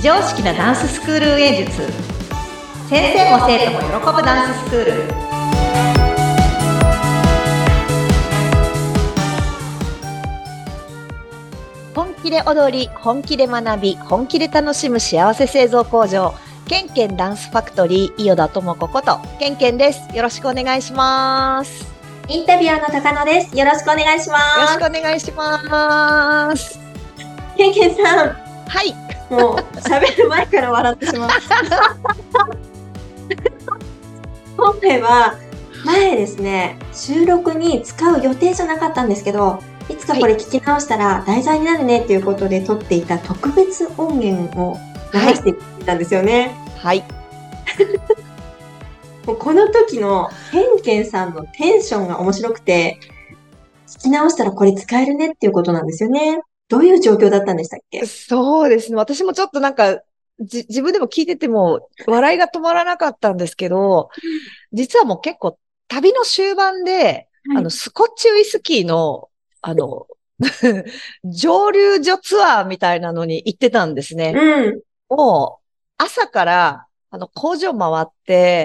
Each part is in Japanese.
常識なダンススクール運営術。先生も生徒も喜ぶダンススクール。本気で踊り、本気で学び、本気で楽しむ幸せ製造工場、ケンケンダンスファクトリー、伊予田智子ことケンケンです。よろしくお願いします。 インタビュアーの高野です。よろしくお願いします。 よろしくお願いします。 ケンケンさん。 はい。 もう喋る前から笑ってしまう。今回は前ですね、収録に使う予定じゃなかったんですけど、いつかこれ聞き直したら題材になるねっていうことで撮っていた特別音源を流していたんですよね。 はい。 もうこの時のケンケンさんのテンションが面白くて、聞き直したらこれ使えるねっていうことなんですよね。どういう状況だったんでしたっけ？ そうですね。私もちょっと自分でも聞いてても笑いが止まらなかったんですけど、実はもう結構旅の終盤で、 はい、 スコッチウイスキーの、蒸留所ツアーみたいなのに行ってたんですね。 うん。 もう、朝から、工場回って、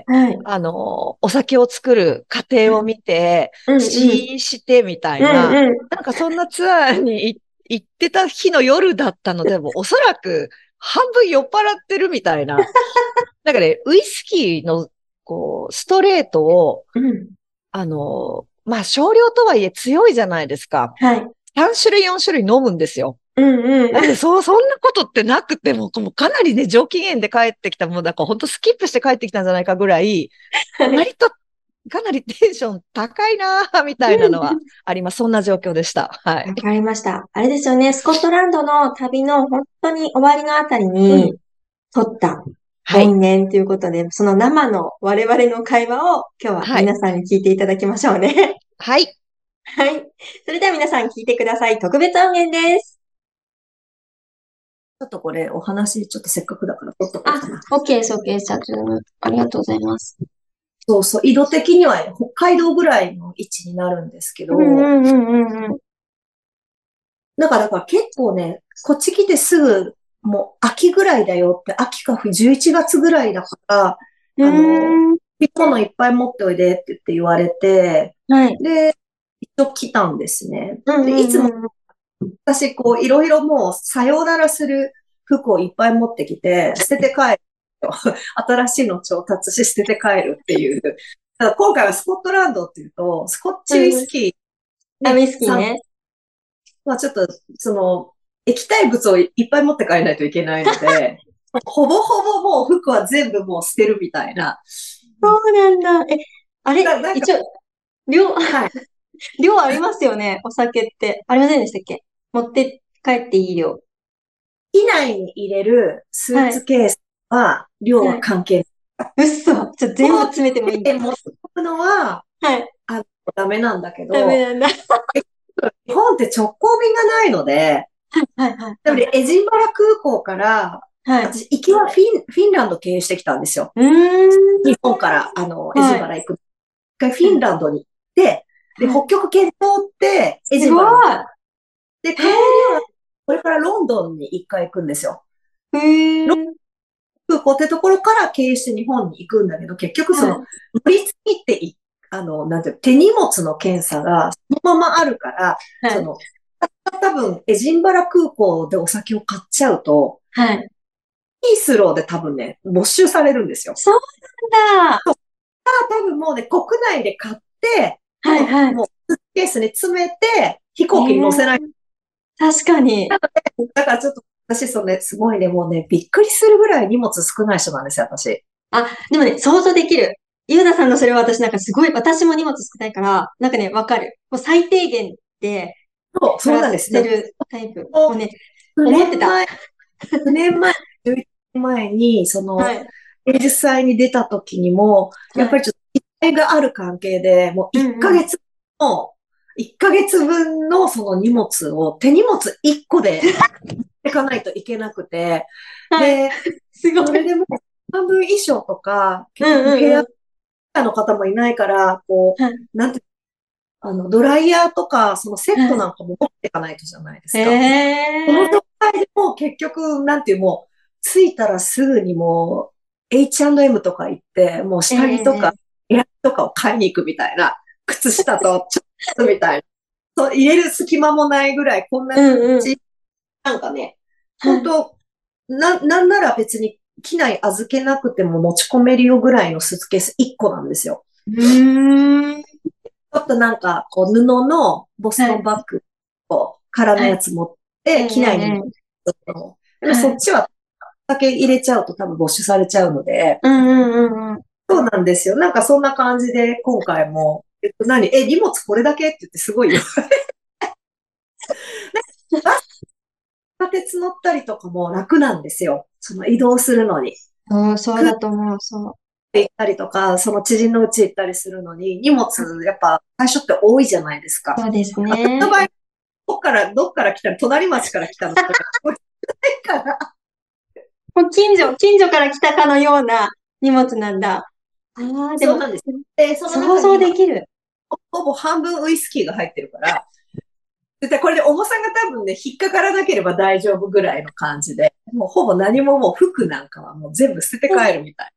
はい。 お酒を作る過程を見て、 うんうん。 試飲してみたうんいな、 うん。 なんかそんなツアーに行ってた日の夜だったので、もうおそらく半分酔っ払ってるみたいな。なんかね、ウイスキーの、ストレートを、 うん。 少量とはいえ強いじゃないですか。 はい。 3種類4種類飲むんですよ。 うんうん。 なんで、そんなことってなくても、もうかなりね、上機嫌で帰ってきた、もうだから本当スキップして帰ってきたんじゃないかぐらい、割とかなりテンション高いなぁ、みたいなのはあります。そんな状況でした。はい。 わかりました。あれですよね、スコットランドの旅の本当に終わりのあたりうん。 に撮ったはい。 音源ということで、その生の我々の会話を今日ははい。 皆さんに聞いていただきましょうね。 はい。 はい。それでは皆さん聞いてください。特別音源です。 ちょっとこれお話、ちょっとせっかくだから撮っとこうかな。 OK です、OK です。ありがとうございます。 そうそう、緯度的には北海道ぐらいの位置になるんですけど、 うんうんうんうんうん。 だから結構ね、こっち来てすぐ、もう秋ぐらいだよって、秋か冬、11月ぐらいだから、 うーん。 着物いっぱい持っておいでって言われて、 はい。 で、一応来たんですね。 うんで、いつもうんうん。 私、いろいろもう、さようならする服をいっぱい持ってきて、捨てて帰る。新しいの調達し、捨てて帰るっていう。だから今回はスコットランドっていうと、スコッチウイうんうん。 スキー、 あ、ウイね、 スキーね。 まあちょっと、液体物をいっぱい持って帰らないといけないので、ほぼほぼもう服は全部もう捨てるみたいな。 そうなんだ。あれなんか、 一応、量、 はい。 量ありますよね、お酒って。ありませんでしたっけ？持って帰っていい量。 機内に入れるスーはい。 ツケースは、量ははい。 関係ない。 嘘。全部詰めてもいいんだ。 で持ってくのは、 はい。 あの、ダメなんだけダメど、 なんだ。 日本って直行便がないので、 はいはいなのはい。 でエジンバラ空港から、 はい。 私、行きはフィンランド経由してきたんですよ。 うーん。 日本から、エジンはい。 バラ行く。一回フィンランドに行って、で、 はい。 北極圏通って、エすごジンバラに行く。 い。 で、帰へりは、これからロンドンに一回行くんですよ。 え。へロンえ。 ドン空港ってところから経由して日本に行くんだけど、結局はい。 乗り継ぎってなんていうの、手荷物の検査がそのままあるから、 はい。 多分、エジンバラ空港でお酒を買っちゃうと、 はい。 ヒースローで多分ね、没収されるんですよ。 そうなんだ。 多分もうね、国内で買って、 はいはい。 もう、スーツケースに詰めて、飛え行機に乗せない。 え。確かに。 だからちょっと、私、すごいね、もうね、びっくりするぐらい荷物少ない人なんですよ、私。 あ、でもね、想像できる。ゆうなさんのそれは私なんかすごい、私も荷物少ないから、なんかね、わかる。もう最低限でそう暮らなんです。 せるタイプ。もうね、思ってた。 9年前、9年前、11年前に、 はい。 芸術祭に出た時にも、やっはい。 ぱりちょっと、期待がある関係で、もう1 うんうん。 ヶ月の、1ヶ月分のその荷物を手荷物1個で持っていかないといけなくて、 はい。 で、 すごい。 それでもう半分衣装とか、 う結局部屋んうんうん。 の方もいないから、 はい。 なんて、ドライヤーとか、そのセットはなんかも持っていかないとじゃないでい。 すか。このへえ。 状態でも結局、なんていう、もう、 着いたらすぐにもう H&M とか行って、もう下着とか、エアとかを買いに行くみたいな。靴下とちょっとみたいな。そう、入れる隙間もないぐらい、こんなうんうん。 なんかね、 はい。 本当なんなら別に機内預けなくても持ち込めるよぐらいのスーツケース1個なんですよ。 うーん。 ちょっとなんか、こう、布のボスはい。 トンバッグを空のはい。 やつ持って、機内に持ってくの。でもはい。 そっちはだけ入れちゃうと多分没収されちゃうので、 うんうんうんうん。 そうなんですよ。なんかそんな感じで今回も、荷物これだけって言ってすごいよ。バス、地下鉄乗ったりとかも楽なんですよ。その移動するのに。 そう、そう空だと思う。そう。 港行ったりとか、その知人の家行ったりするのに、荷物やっぱ最初って多いじゃないですか。 そうです私のね。 場合、どっから来たの、隣町から来たのとか、聞こえないから、 もう近所から来たかのような荷物なんだ。ああ、でも、 そうなんです。で、その想中に今、 像できる。 ほぼ半分ウイスキーが入ってるから、で、これで重さが多分ね、引っかからなければ大丈夫ぐらいの感じで、もうほぼ何ももう服なんかはもう全部捨てて帰るみたい。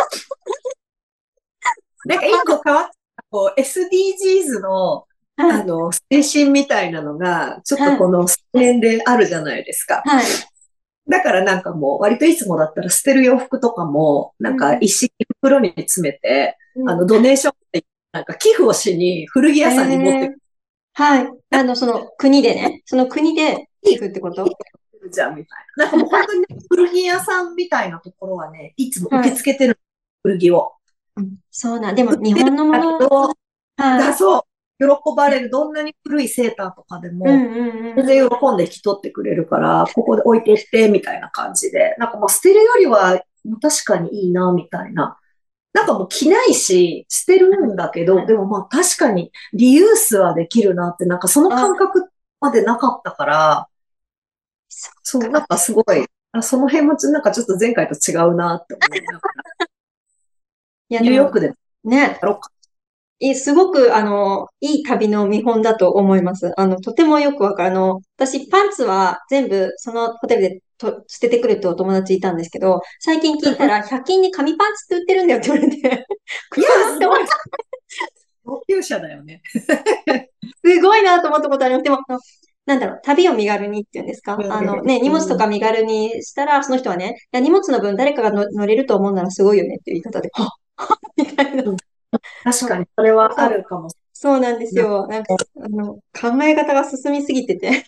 なんか一個変わった、こう、SDGs の、 はい。 精神みたいなのが、ちょっとはい。 この数年であるじゃないですか。 はい。 だからなんかもう、割といつもだったら捨てる洋服とかも、なんかうん。 一式袋に詰めて、 うん。 ドネーションで、なんか寄付をしに古着え屋さんに持ってえ、はい。その国でね。その国で寄付ってこと？ くるじゃん、みたいな。なんかもう本当にね、古着屋さんみたいなところはね、いつも受はい。 け付けてる古着を。 うん、そうなん。でも、日売ってるん本のもの、 だけど、 はい。 そう、喜ばれる。どんなに古いセーターとかでも、 うんうんうん。 全然喜んで引き取ってくれるから、ここで置いてって、みたいな感じで。なんかもう捨てるよりは、確かにいいな、みたいな。なんかもう着ないし、捨てるんだけど、でもまあ確かにリユースはできるなって、なんかそのあ、 感覚までなかったから、 そっそう、なんか。 かすごい、その辺もなんかちょっと前回と違うなって思いながら、 いや、でも、 ニューヨークでやね、 ろうか。 すごく、いい旅の見本だと思います。とてもよくわかる。私、パンツは全部、そのホテルで捨ててくるってお友達いたんですけど、最近聞いたら、100均に紙パンツって売ってるんだよって言われて、 いやうわーー、すごい。 って思って、 高級車だよね。 すごいなと思ったことあります。でも、なんだろう、旅を身軽にっていうんですか？ね、荷物とか身軽にしたら、その人はね、いや、荷物の分誰かが乗れると思うならすごいよねっていう言い方で、はっみたいな。 うん、確そう、 かに、それはあそう、 るかもしそうなんですれない。 よ。なんか、考え方が進みすぎてて。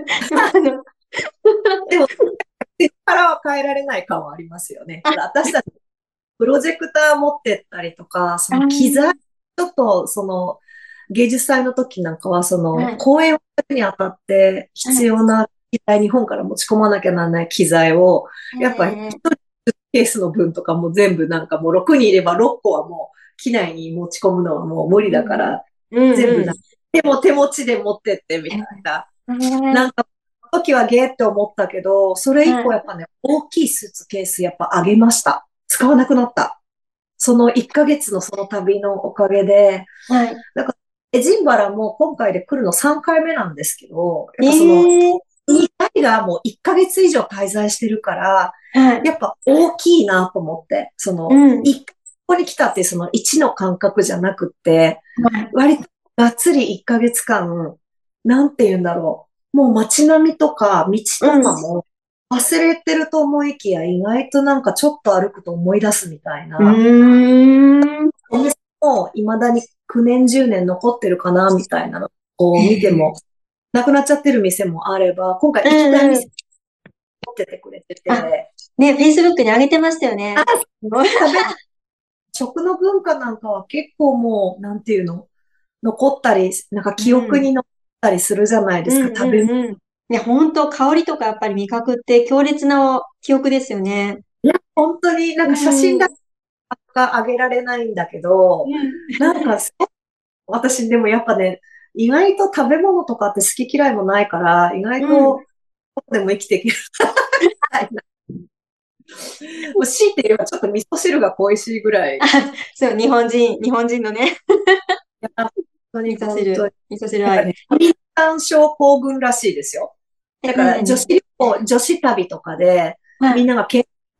でも、力は変えられない感はありますよね。 あ、 ほら、私たちプロジェクター持ってったりとか、そあの機材、 ー、 ちょっと芸術祭の時なんかは、 はい、 公演をするにあたってはい、 必要な機材、日本から持ち込まなきゃならない機材を、やっぱりケースの分とかも全部なんかもう6人いれば6個はもう機内に持ち込むのはもう無理だかうんら、 うん、うんうん。 全部でも手持ちで持ってってみたいな。なんか、時はゲーって思ったけど、それ以はい、 降やっぱね、大きいスーツケースやっぱ上げました。使わなくなった。その1ヶ月のその旅のおかげで、 はい。 なんか、エジンバラも今回で来るの3回目なんですけど、やっえぱそのえ、 2回がもう1ヶ月以上滞在してるから、 はい、 やっぱ大きいなと思って、 うん、 ここに来たっていうその1の感覚じゃなくって、 はい、 割とがっつり1ヶ月間、なんて言うんだろう。もう街並みとか道うん、 とかも忘れてると思いきや、意外となんかちょっと歩くと思い出すみたいうな。 ーん、 お店も未だに9年10年残ってるかなみたいなのを見ても、なくなっちゃってる店もあれば、今回う行きたいん、うん。 店持っててくれてあ、 て、 ね、Facebook に上げてましたよね。すごい。 食べ、食の文化なんかは結構もう、なんていうの、残ったり、なんかう記憶ん、 に残ったりするじゃないですか、 うん、 食べ物。 うん、うん。ね、本当香りとかやっぱり味覚って強烈な記憶ですよね。 いや、本当になんうか写真だん、 けが上げられないんだけど、 うん。 なんか私でもやっぱね、意外と食べ物とかって好き嫌いもないから、意外うん。 とここでも生きていけるみたいな。もう強いて言えばちょっと味噌汁が恋しいぐらい。 そう、日本人のね、 いや、本当に本当に。 味噌汁愛。 なんかね、民間症候群らしいですよ。だから何？ 女子旅行、女子旅とかで、 はい。 みんなが健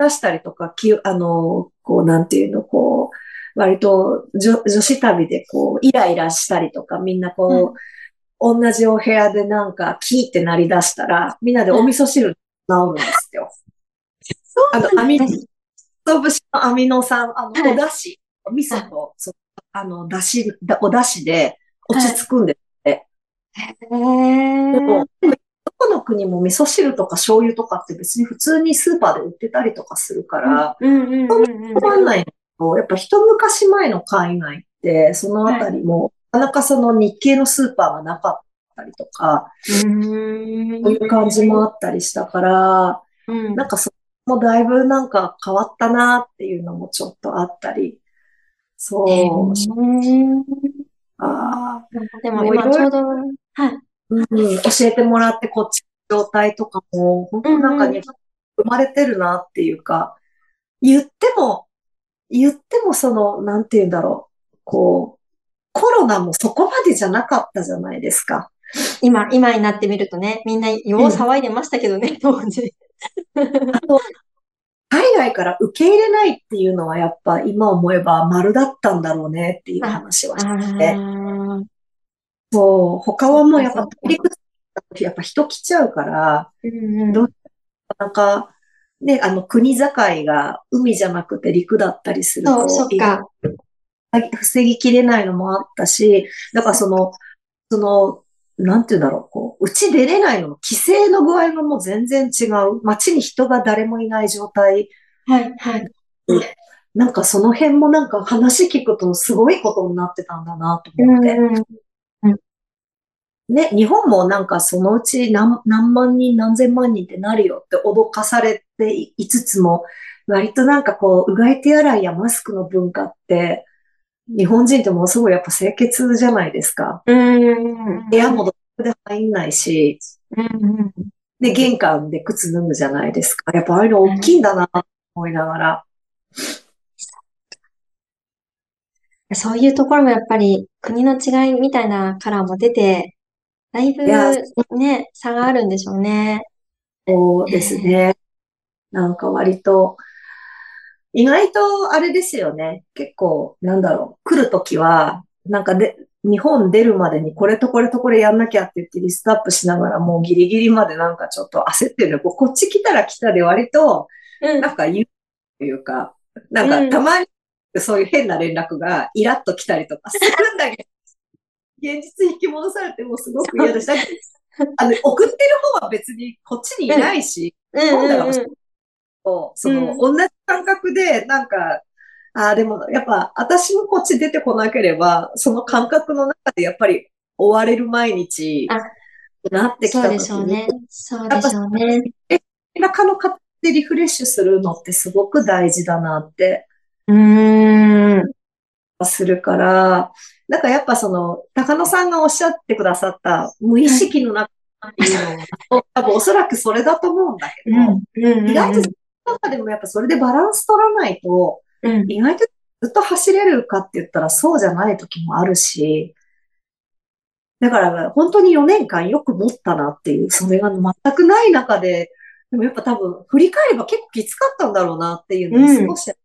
出したりとか、こう、なんていうの、こう、割と女子旅でこう、イライラしたりとか、みんなこう、同じお部屋でなんか、キーって鳴り出したら、みんなでお味噌汁治るんですよ。 そうなんです。 節のアミノ酸、おはい。 出汁、お味はい。 噌と、お出汁で落ち着くんですって。 へえ。 もうどこの国も味噌汁とか醤油とかって別に普通にスーパーで売ってたりとかするかうん、 ら、 うん、うん、うん、うん。 困んないんだけど、やっぱ一昔前の海外って、そのあはい。 たりも、なかなかその日系のスーパーがなかったりとか、 うーん。 そういう感じもあったりしたから、 うん。 なんかそこもだいぶなんか変わったなっていうのもちょっとあったり、 へえ。 そう、あでももういろいろ、 今ちょうど、はい。 うん、教えてもらってこっちの状態とかも、本当なんかうんうん。 日本生まれてるなっていうか、言っても、言ってもその、なんて言うんだろう、こう、コロナもそこまでじゃなかったじゃないですか。 今になってみるとね、みんなよううん。 騒いでましたけどね、当時。 あと、海外から受け入れないっていうのはやっぱ今思えば丸だったんだろうねっていうあ、 話はあして、 あ、 そう、他そっかはもうやっぱそっか。 大陸だとやっぱ人来ちゃうから、 うんうん。 どうなんか、ね、国境が海じゃなくて陸だったりするそう、 と、 そっか。 防ぎきれないのもあったし、だからそっか。 その、なんて言うんだろう、こう、うち出れないのも、規制の具合がもう全然違う。街に人が誰もいない状態はい、はい。 で、なんかその辺もなんか話聞くとすごいことになってたんだなとう思って。 んうんうん。 ね、日本もなんかそのうち何万人何千万人ってなるよって脅かされていつつも、割となんかこう、うがい手洗いやマスクの文化って、日本人ってものすごいやっぱ清潔じゃないですか。 うん部屋もどこで入んないし、 うんうん。 で、玄関で靴脱ぐじゃないですか。やっぱああいうの大きいんはい。 だなと思いながら。 そういうところもやっぱり国の違いみたいなカラーも出て、だいいや、 ぶね、差があるんでしょうね。 そうですねね。なんか割と、意外とあれですよね。結構、なんだろう。来るときは、なんかで、日本出るまでにこれとこれとこれやんなきゃって言ってリストアップしながらもうギリギリまでなんかちょっと焦ってるの。こっち来たら来たで割と、 うん、 なんか言うというか、なんかうん、 たまにそういう変な連絡がイラッと来たりとかするんだけど、現実引き戻されてもすごく嫌だし、だけど送ってる方は別にこっちにいうん、 ないし、 う日本だからん、うん、 そうん、 の、 うん。 同じ感覚で、なんか、でも、やっぱ、私もこっち出てこなければ、その感覚の中でやっぱり追われる毎日あ、 になってきそうでしょたときに、 うね。そうでやっぱ、 しょうね。 中の方でリフレッシュするのってすごく大事だなってうーん。 するから、なんかやっぱその、高野さんがおっしゃってくださった無意はい。 識の中っていうのは、多分おそらくそれだと思うんだけうん、 ど、 うん、 意外とそうん、 の中でもやっぱそれでバランス取らないと、 うん。 意外とずっと走れるかって言ったらそうじゃない時もあるし、だから本当に4年間よく持ったなっていう、それが全くない中で、でもやっぱ多分振り返れば結構きつかったんだろうなっていうのはうん。 少しあって、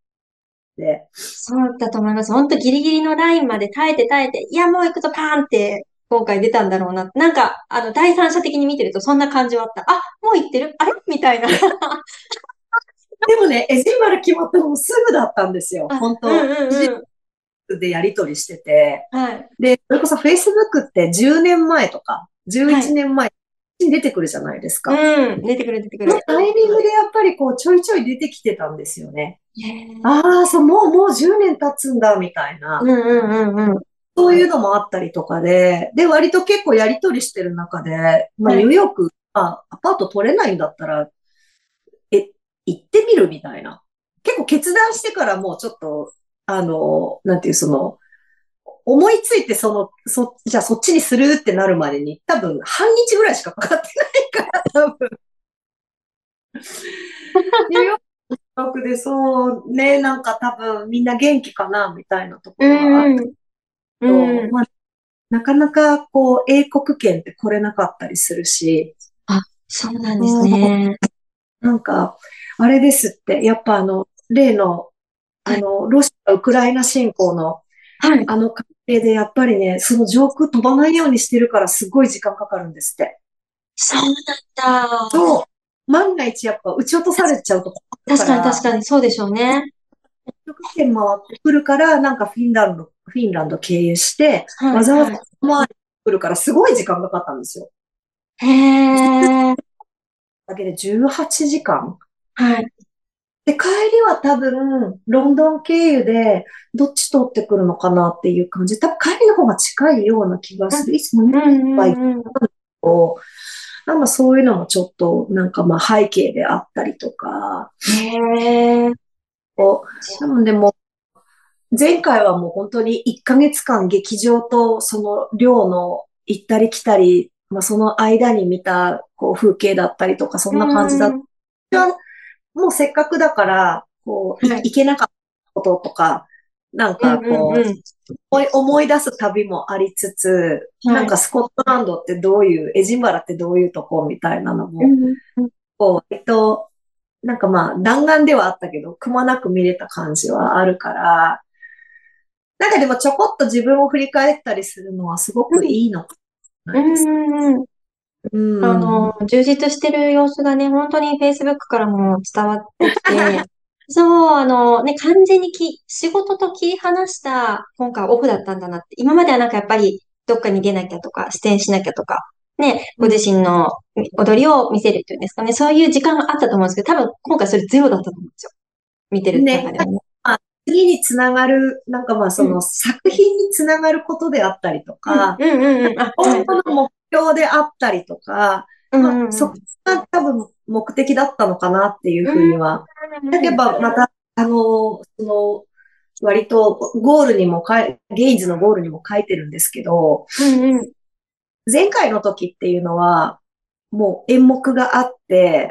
そうだと思います。本当ギリギリのラインまで耐えて耐えて、いや、もう行くとパーンって今回出たんだろうな。なんか、第三者的に見てるとそんな感じはあった。あ、もう行ってるあれみたいな。 でもね、エジンバラ決まったのもすぐだったんですよ。 あ、うん本当、エジンバうんうん。 ラでやり取りしてて、 はい。 で、それこそ Facebook って10年前とか、11 はい。 年前に出てくるじゃないですか。 うん。出てくる出てくそのる。 タイミングでやっぱりこうちょいちょい出てきてたんですよね。 へーああ、そう、もう10年経つんだ、みたいな。 うんうんうんうん。 そういうのもあったりとかで、で、割と結構やりとりしてる中で、まあ、 はい。 ニューヨーク、まあ、アパート取れないんだったら、え、行ってみるみたいな。結構決断してからもうちょっと、なんていう、その、思いついてじゃあそっちにするってなるまでに、多分半日ぐらいしかかかってないから、多分、ニューヨークの近くでそうね、なんか多分みんな元気かな、みたいなとこうろがあったんうん。うん。 と、まあ、なかなかこう、英国圏って来れなかったりするし、 あ、そうなんですうん、 ね。 なんか、あれですって、やっぱ例の、 はい。 ロシア、ウクライナ侵攻の、 はい。 関係で、やっぱりね、その上空飛ばないようにしてるから、すごい時間かかるんですって。 そうなんだ。 そう。万が一やっぱ撃ち落とされちゃうと困る確かに確から、 かにそうでしょうね。 北極圏回ってくるから、なんかフィンランド経由して、 はい、 わざわざはい。 回ってくるから、すごい時間かかったんですよ。 へえ。 だけで18時間。 はい。 で、帰りは多分、ロンドン経由で、どっち通ってくるのかなっていう感じ。多分帰りの方が近いような気がうん、 する。いつもね、 うバイクん、うん、 を、なんかそういうのもちょっと、なんかまあ背景であったりとか、 うん。へえ。 こなのでもう、前回はもう本当に1ヶ月間劇場とその寮の行ったり来たり、まあその間に見たこう風景だったりとか、そうんな感じだった。 ん。 もうせっかくだから、こう、 はい。 行けなかったこととか、なんうん、 かこう、 うん、 思い出す旅もありつつ、 うん。はい。 なんかスコットランドってどういう、エジンバラってどういうとこみたいなのも、 うん、うん。 こう、なんかまあ弾丸ではあったけど、くまなく見れた感じはあるから、なんかでもちょこっと自分を振り返ったりするのはすごくいいのかもしうん、 れないです。 うん、うん。 うん。 充実してる様子がね、本当に Facebook からも伝わってきて、そう、完全に仕事と切り離した今回オフだったんだなって。今まではなんかやっぱりどっかに出なきゃとか、出演しなきゃとか、ね、ごうん。 自身の踊りを見せるっていうんですかね。そういう時間があったと思うんですけど、多分今回それゼロだったと思うんですよ。見てる中ね、 ではね。 まあ、次につながる、なんかまあそのうん、 作品につながることであったりとうん、 か、 うん、うん、うん。あ、はい。 今後の目標であったりとか、 うん、 まあ、 うん、うん。 そこが多分目的だったのかなっていううん、 ふうには。だけうん、 ど、また、割とゴールにもゲインズのゴールにも書いてるんですけど、 うん、うん。 前回の時っていうのは、もう演目があって、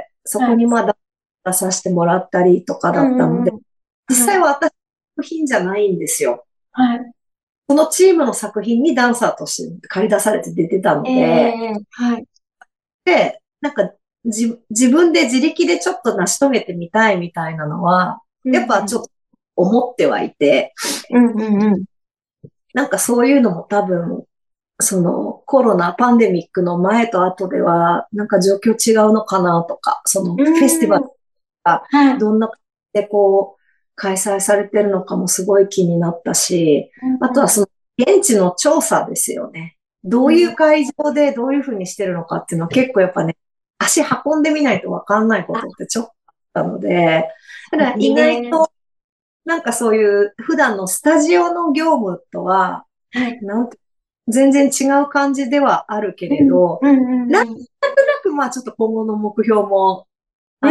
そはい。 こにまだ出させてもらったりとかうだったので、 ん、うん、うん。 実はい。 際は私の作品じゃないんですよ。 はい。 このチームの作品にダンサーとして借り出されて出てたので、 はい。 で、なんか自分で自力でちょっと成し遂げてみたいみたいなのは、やっぱうん、 ちょっと思ってはいて、 うん、うん、うん。 なんかそういうのも多分、そのコロナ、パンデミックの前と後では、なんか状況違うのかなとか、そのうフェスティバルん、 がはい。 どんな感じでこう、開催されてるのかもすごい気になったし、 うん、 あとはその現地の調査ですよね。どうん、 ういう会場でどういうふうにしてるのかっていうのは結構やっぱね、足運んでみないとわかんないこあ、 とってちょっとあったので、だから意外ね。 となんかそういう普段のスタジオの業務とは、 はい。 なんて全然違う感じではあるけうん、 れど、 うん、 なんとうん、 なくまあちょっと今後の目標も、 うん、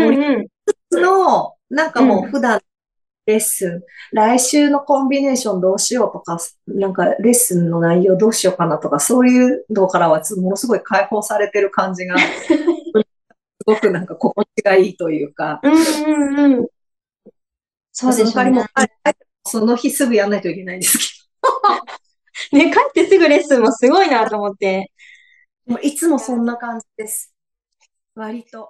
森うん、 の、なんかうん。 もう普段レッスン、来週のコンビネーションどうしようとか、なんかレッスンの内容どうしようかなとか、そういうのからはものすごい解放されてる感じが、すごくなんか心地がいいというか、 うん、うん、うん。そうでしょうね。 その代わりも、その日すぐやんないといけないんですけね、帰ってすぐレッスンもすごいなと思って。 ど、もういつもそんな感じです。割と。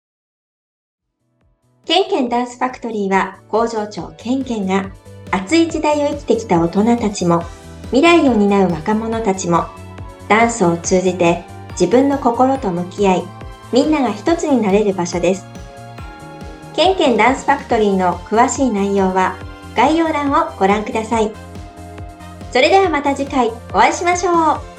ケンケンダンスファクトリーは工場長ケンケンが熱い時代を生きてきた大人たちも未来を担う若者たちもダンスを通じて自分の心と向き合いみんなが一つになれる場所です。ケンケンダンスファクトリーの詳しい内容は概要欄をご覧ください。それではまた次回お会いしましょう。